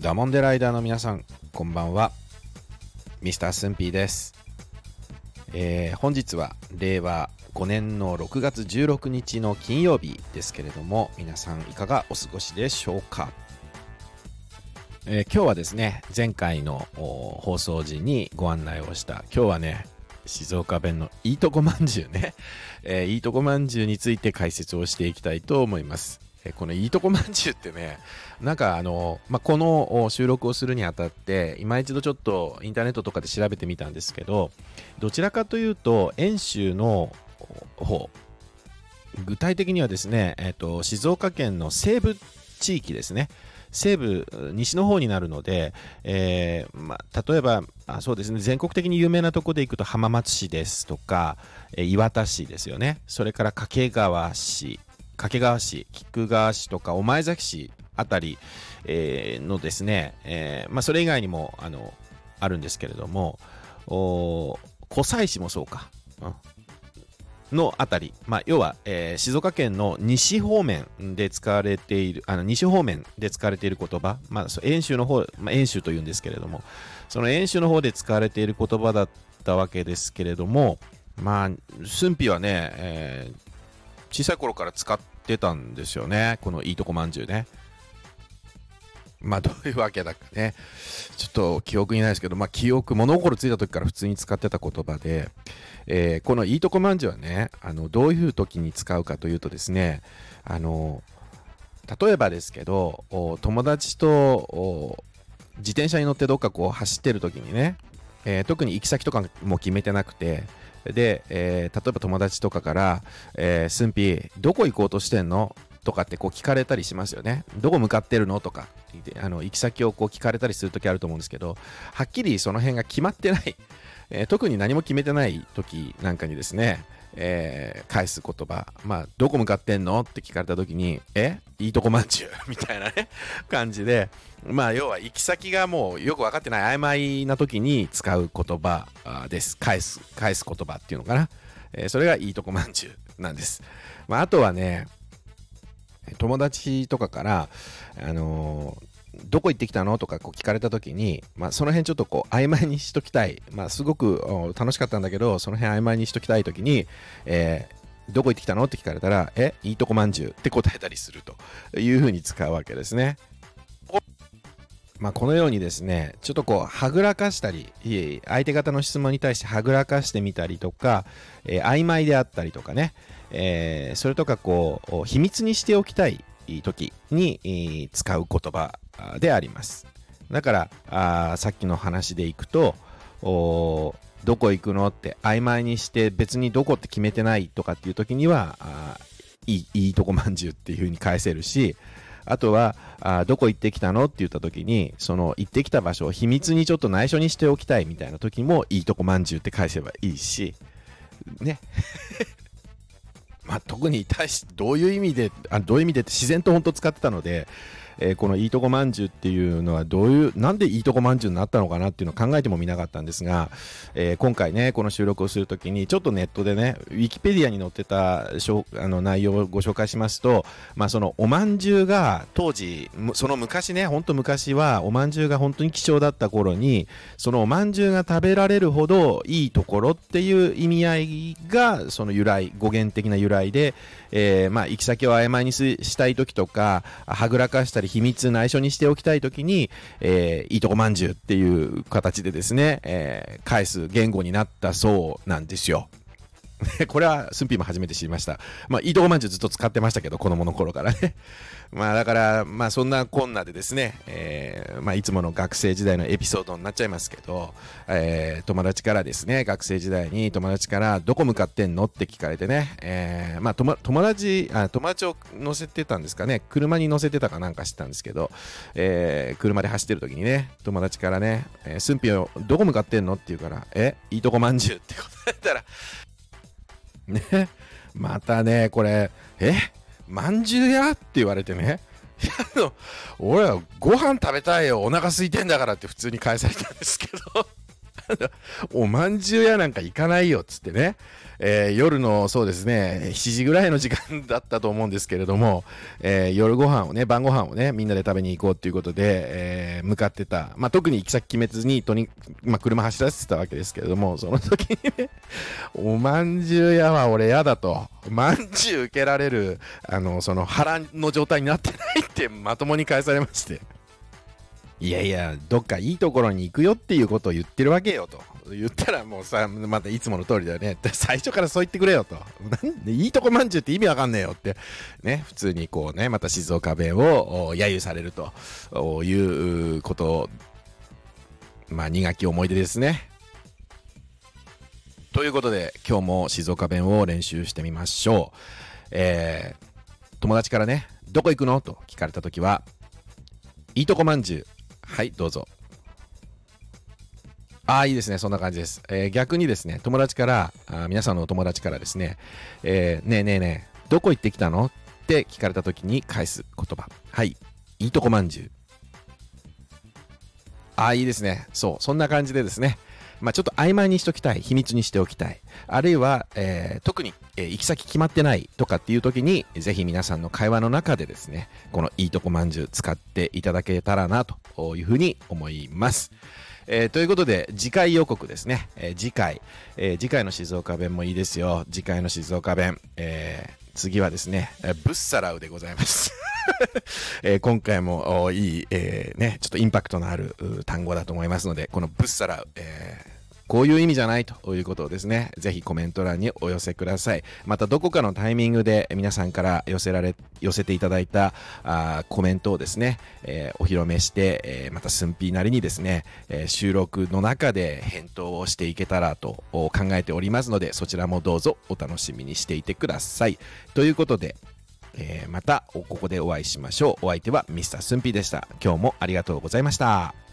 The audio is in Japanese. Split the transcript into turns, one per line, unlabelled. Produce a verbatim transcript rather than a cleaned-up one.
ダモンデライダーの皆さん、こんばんは。ミスタースンピーです。えー、本日はれいわごねんのろくがつじゅうろくにちの金曜日ですけれども、皆さんいかがお過ごしでしょうか。えー、今日はですね、前回の放送時にご案内をした今日はね、静岡弁のいいとこまんじゅうね、えー、いいとこまんじゅうについて解説をしていきたいと思います。えー、このいいとこまんじゅうってね、なんかあの、まあ、この収録をするにあたって今一度ちょっとインターネットとかで調べてみたんですけど、どちらかというと遠州の方、具体的にはですね、えーと、静岡県の西部地域ですね、西部西の方になるので、えーまあ、例えばあそうですね、全国的に有名なところで行くと浜松市ですとか、えー、磐田市ですよね。それから掛川市掛川市、菊川市とか御前崎市あたり、えー、のですね、えーまあ、それ以外にもあのあるんですけれども、湖西市もそうか、うんのあたり、まあ、要は、えー、静岡県の西方面で使われている、あの西方面で使われている言葉、まあ、遠州の方、まあ、遠州というんですけれども、その遠州の方で使われている言葉だったわけですけれども、まあ、駿府はね、えー、小さい頃から使ってたんですよね、このいいとこまんじゅうね。まあどういうわけだかね、ちょっと記憶にないですけど、まあ記憶、物心ついた時から普通に使ってた言葉で、えー、このいいとこまんじゅうはね、あのどういう時に使うかというとですね、あの例えばですけど、友達と自転車に乗ってどっかこう走ってる時にね、えー、特に行き先とかも決めてなくて、で、えー、例えば友達とかから「えー、スンピーどこ行こうとしてんの?」とかってこう聞かれたりしますよね。どこ向かってるのとかあの行き先をこう聞かれたりするときあると思うんですけど、はっきりその辺が決まってない、えー、特に何も決めてない時なんかにですね、えー、返す言葉、まあどこ向かってんのって聞かれた時にえいいとこまんじゅうみたいなね感じで、まあ要は行き先がもうよく分かってない曖昧な時に使う言葉です。返す返す言葉っていうのかな、えー、それがいいとこまんじゅうなんです。まああとはね、友達とかから、あのー、どこ行ってきたのとかこう聞かれた時に、まあ、その辺ちょっとこう曖昧にしときたい、まあ、すごく楽しかったんだけどその辺曖昧にしときたい時に、えー、どこ行ってきたのって聞かれたらえいいとこまんじゅうって答えたりするというふうに使うわけですね。まあ、このようにですね、ちょっとこうはぐらかしたり、相手方の質問に対してはぐらかしてみたりとか、えー、曖昧であったりとかね、えー、それとかこう秘密にしておきたい時に使う言葉であります。だからあさっきの話でいくと、どこ行くのって曖昧にして別にどこって決めてないとかっていう時には、あいい、いいとこまんじゅうっていう風に返せるし、あとはあどこ行ってきたのって言った時にその行ってきた場所を秘密にちょっと内緒にしておきたいみたいな時もいいとこまんじゅうって返せばいいしねまあ特に対しどういう意味であどういう意味でって自然と本当使ってたので、えー、このいいとこまんじゅうっていうのはどういうなんでいいとこまんじゅうになったのかなっていうのを考えてもみなかったんですが、えー、今回ねこの収録をするときにちょっとネットでねウィキペディアに載ってたしょあの内容をご紹介しますと、まあそのおまんじゅうが当時その昔ね本当昔はおまんじゅうが本当に貴重だった頃にそのおまんじゅうが食べられるほどいいところっていう意味合いがその由来語源的な由来で、えー、まあ行き先を曖昧にしたい時とかはぐらかしたり秘密内緒にしておきたいときに、えー、いいとこまんじゅうっていう形でですね、えー、返す言語になったそうなんですよ。これはスンピーも初めて知りました。まあいいとこまんじゅうずっと使ってましたけど子供の頃からねまあだからまあそんなこんなでですね、えー、まあいつもの学生時代のエピソードになっちゃいますけど、えー、友達からですね学生時代に友達からどこ向かってんのって聞かれてね、えー、まあ友達あ友達を乗せてたんですかね、車に乗せてたかなんかしてたんですけど、えー、車で走ってる時にね友達からね、えー、スンピーどこ向かってんのって言うからえいいとこまんじゅうって答えたらね、またねこれえまんじゅうやって言われてね、いやあの俺はご飯食べたいよお腹空いてんだからって普通に返されたんですけどおまんじゅう屋なんか行かないよっつってね、えー、夜のそうですねしちじぐらいの時間だったと思うんですけれども、えー、夜ご飯をね晩ご飯をねみんなで食べに行こうということで、えー、向かってた、まあ、特に行き先決めずにとに、まあ、車走らせてたわけですけれども、その時にねおまんじゅう屋は俺やだと、まんじゅう受けられるあのその腹の状態になってないってまともに返されまして、いやいやどっかいいところに行くよっていうことを言ってるわけよと言ったら、もうさまたいつもの通りだよね、最初からそう言ってくれよと、なんでいいとこまんじゅうって意味わかんねえよってね、普通にこうねまた静岡弁を揶揄されるということを、まあ苦き思い出ですね。ということで今日も静岡弁を練習してみましょう。えー、友達からねどこ行くのと聞かれたときは、いいとこまんじゅう、はいどうぞ。ああいいですね、そんな感じです。えー、逆にですね友達からあ皆さんのお友達からですね、えー、ねえねえねえどこ行ってきたのって聞かれたときに返す言葉、はいいいとこまんじゅう。ああいいですね、そうそんな感じでですね、まあ、ちょっと曖昧にしときたい、秘密にしておきたい、あるいは、えー、特に、えー、行き先決まってないとかっていう時にぜひ皆さんの会話の中でですねこのいいとこまんじゅう使っていただけたらなというふうに思います。えー、ということで次回予告ですね、えー、次回、えー、次回の静岡弁もいいですよ。次回の静岡弁、えー、次はですねぶっさらうでございます、えー、今回もいい、えーね、ちょっとインパクトのある単語だと思いますので、このぶっさらう、えーこういう意味じゃないということをですねぜひコメント欄にお寄せください。またどこかのタイミングで皆さんから寄せられ寄せていただいたあコメントをですね、えー、お披露目して、えー、またスンピーなりにですね、えー、収録の中で返答をしていけたらと考えておりますので、そちらもどうぞお楽しみにしていてください。ということで、えー、またここでお会いしましょう。お相手はミスタースンピーでした。今日もありがとうございました。